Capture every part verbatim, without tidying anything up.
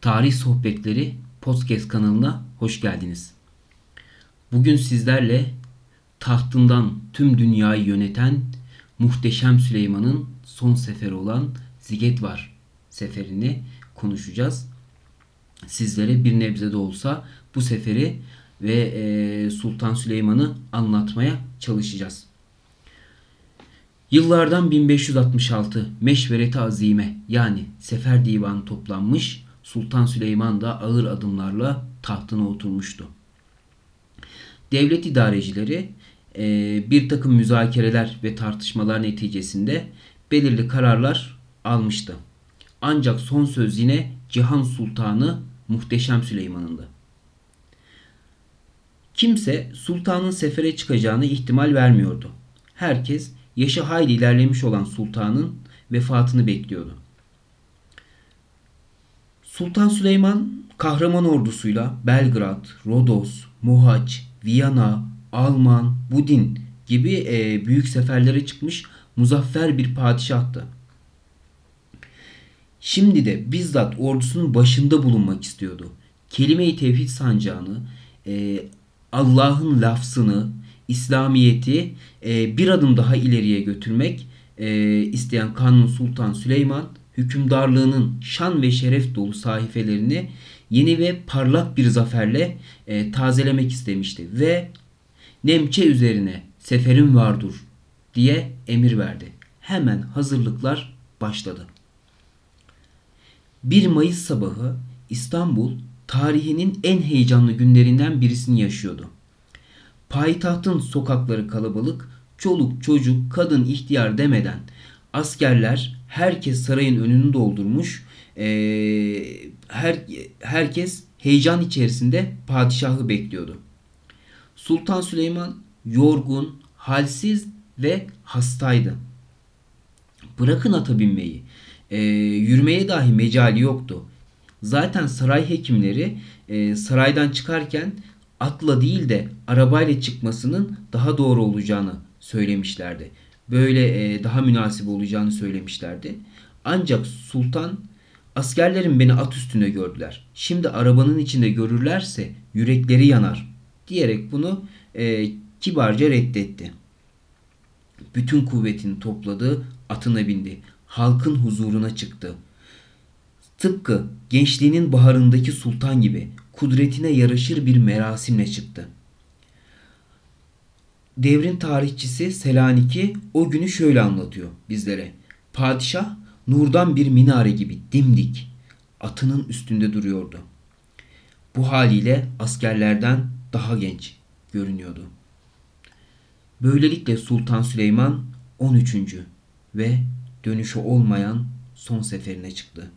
Tarih Sohbetleri Podcast kanalına hoş geldiniz. Bugün sizlerle tahtından tüm dünyayı yöneten Muhteşem Süleyman'ın son seferi olan Zigetvar seferini konuşacağız. Sizlere bir nebze de olsa bu seferi ve e, Sultan Süleyman'ı anlatmaya çalışacağız. Yıllardan bin beş yüz altmış altı Meşveret-i Azime yani Sefer Divanı toplanmış, Sultan Süleyman da ağır adımlarla tahtına oturmuştu. Devlet idarecileri e, bir takım müzakereler ve tartışmalar neticesinde belirli kararlar almıştı. Ancak son söz yine Cihan Sultanı Muhteşem Süleyman'ındı. Kimse sultanın sefere çıkacağını ihtimal vermiyordu. Herkes yaşı hayli ilerlemiş olan sultanın vefatını bekliyordu. Sultan Süleyman kahraman ordusuyla Belgrad, Rodos, Mohaç, Viyana, Alman, Budin gibi e, büyük seferlere çıkmış muzaffer bir padişahtı. Şimdi de bizzat ordusunun başında bulunmak istiyordu. Kelime-i tevhid sancağını, e, Allah'ın lafzını, İslamiyet'i e, bir adım daha ileriye götürmek e, isteyen Kanuni Sultan Süleyman, hükümdarlığının şan ve şeref dolu sayfelerini yeni ve parlak bir zaferle e, tazelemek istemişti ve Nemçe üzerine seferim vardır diye emir verdi. Hemen hazırlıklar başladı. bir Mayıs sabahı İstanbul tarihinin en heyecanlı günlerinden birisini yaşıyordu. Payitahtın sokakları kalabalık, çoluk çocuk, kadın ihtiyar demeden askerler, herkes sarayın önünü doldurmuş, ee, her, herkes heyecan içerisinde padişahı bekliyordu. Sultan Süleyman yorgun, halsiz ve hastaydı. Bırakın ata binmeyi, e, yürümeye dahi mecali yoktu. Zaten saray hekimleri e, saraydan çıkarken atla değil de arabayla çıkmasının daha doğru olacağını söylemişlerdi. Böyle e, daha münasip olacağını söylemişlerdi. Ancak sultan, askerlerin beni at üstünde gördüler, şimdi arabanın içinde görürlerse yürekleri yanar diyerek bunu e, kibarca reddetti. Bütün kuvvetini topladı, atına bindi. Halkın huzuruna çıktı. Tıpkı gençliğinin baharındaki sultan gibi kudretine yaraşır bir merasimle çıktı. Devrin tarihçisi Selanik'i o günü şöyle anlatıyor bizlere. Padişah nurdan bir minare gibi dimdik atının üstünde duruyordu. Bu haliyle askerlerden daha genç görünüyordu. Böylelikle Sultan Süleyman on üçüncü ve dönüşü olmayan son seferine çıktı.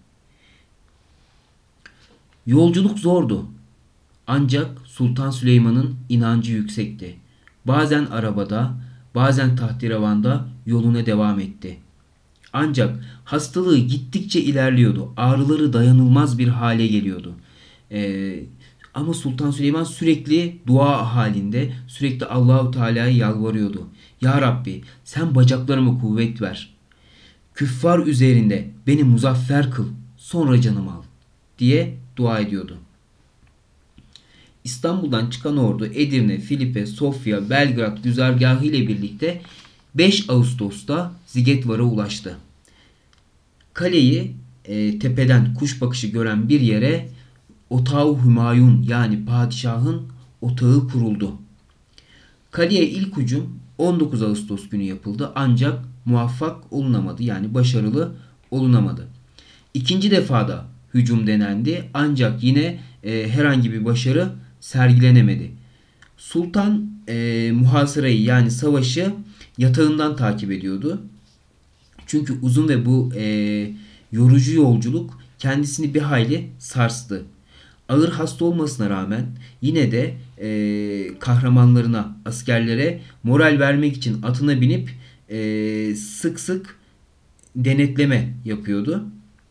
Yolculuk zordu. Ancak Sultan Süleyman'ın inancı yüksekti. Bazen arabada, bazen tahteravanda yoluna devam etti. Ancak hastalığı gittikçe ilerliyordu. Ağrıları dayanılmaz bir hale geliyordu. Ee, ama Sultan Süleyman sürekli dua halinde, sürekli Allahu Teala'ya yalvarıyordu. Ya Rabbi, sen bacaklarıma kuvvet ver. Küffar üzerinde beni muzaffer kıl, sonra canımı al diye dua ediyordu. İstanbul'dan çıkan ordu Edirne, Filipe, Sofya, Belgrad güzergahı ile birlikte beş Ağustos'ta Zigetvar'a ulaştı. Kaleyi e, tepeden kuş bakışı gören bir yere Otağı Hümayun yani padişahın otağı kuruldu. Kaleye ilk hücum on dokuz Ağustos günü yapıldı ancak muvaffak olunamadı, yani başarılı olunamadı. İkinci defada hücum denendi ancak yine e, herhangi bir başarı sergilenemedi. Sultan e, muhasırayı yani savaşı yatağından takip ediyordu. Çünkü uzun ve bu e, yorucu yolculuk kendisini bir hayli sarstı. Ağır hasta olmasına rağmen yine de e, kahramanlarına, askerlere moral vermek için atına binip e, sık sık denetleme yapıyordu.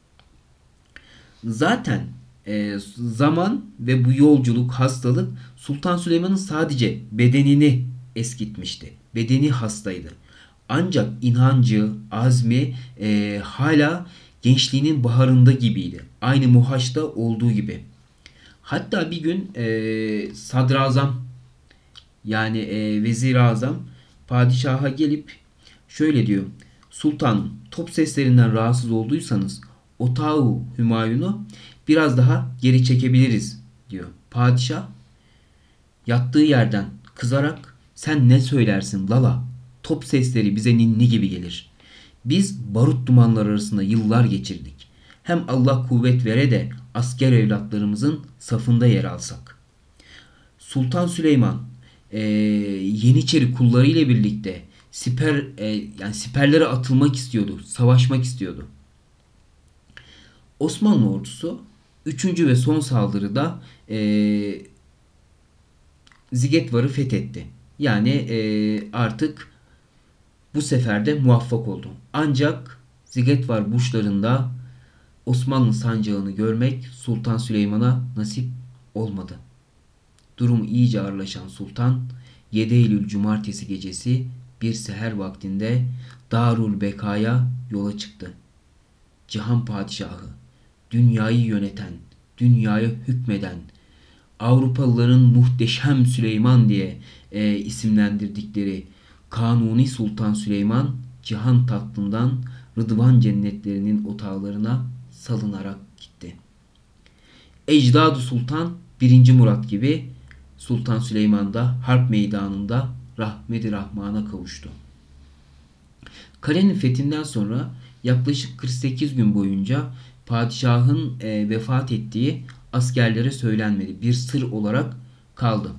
Zaten e, zaman ve bu yolculuk, hastalık Sultan Süleyman'ın sadece bedenini eskitmişti. Bedeni hastaydı. Ancak inancı, azmi e, hala gençliğinin baharında gibiydi. Aynı Muhaç'ta olduğu gibi. Hatta bir gün e, sadrazam yani e, vezir-i azam padişaha gelip şöyle diyor. Sultanım, top seslerinden rahatsız olduysanız otağı Hümayun'u biraz daha geri çekebiliriz diyor. Padişah yattığı yerden kızarak sen ne söylersin lala? Top sesleri bize ninni gibi gelir. Biz barut dumanları arasında yıllar geçirdik. Hem Allah kuvvet vere de asker evlatlarımızın safında yer alsak. Sultan Süleyman e, Yeniçeri kulları ile birlikte siper e, yani siperlere atılmak istiyordu, savaşmak istiyordu. Osmanlı ordusu üçüncü ve son saldırıda e, Zigetvar'ı fethetti. Yani e, artık bu sefer de muvaffak oldu. Ancak Zigetvar burçlarında Osmanlı sancağını görmek Sultan Süleyman'a nasip olmadı. Durum iyice ağırlaşan sultan yedi Eylül Cumartesi gecesi bir seher vaktinde Darul Beka'ya yola çıktı. Cihan padişahı, dünyayı yöneten, dünyaya hükmeden, Avrupalıların muhteşem Süleyman diye e, isimlendirdikleri Kanuni Sultan Süleyman cihan tahtından Rıdvan cennetlerinin otağlarına salınarak gitti. Ecdad-ı Sultan birinci Murat gibi Sultan Süleyman da harp meydanında rahmet-i rahmana kavuştu. Kalenin fethinden sonra yaklaşık kırk sekiz gün boyunca padişahın e, vefat ettiği askerlere söylenmedi. Bir sır olarak kaldı.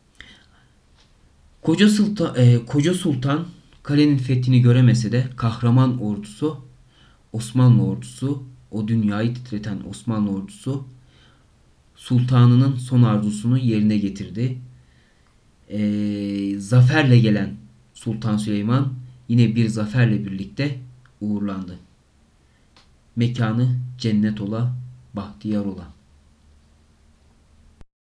Koca Sultan, e, Koca Sultan kalenin fethini göremese de kahraman ordusu, Osmanlı ordusu, o dünyayı titreten Osmanlı ordusu sultanının son arzusunu yerine getirdi. E, zaferle gelen Sultan Süleyman yine bir zaferle birlikte uğurlandı. Mekanı cennet ola, bahtiyar ola.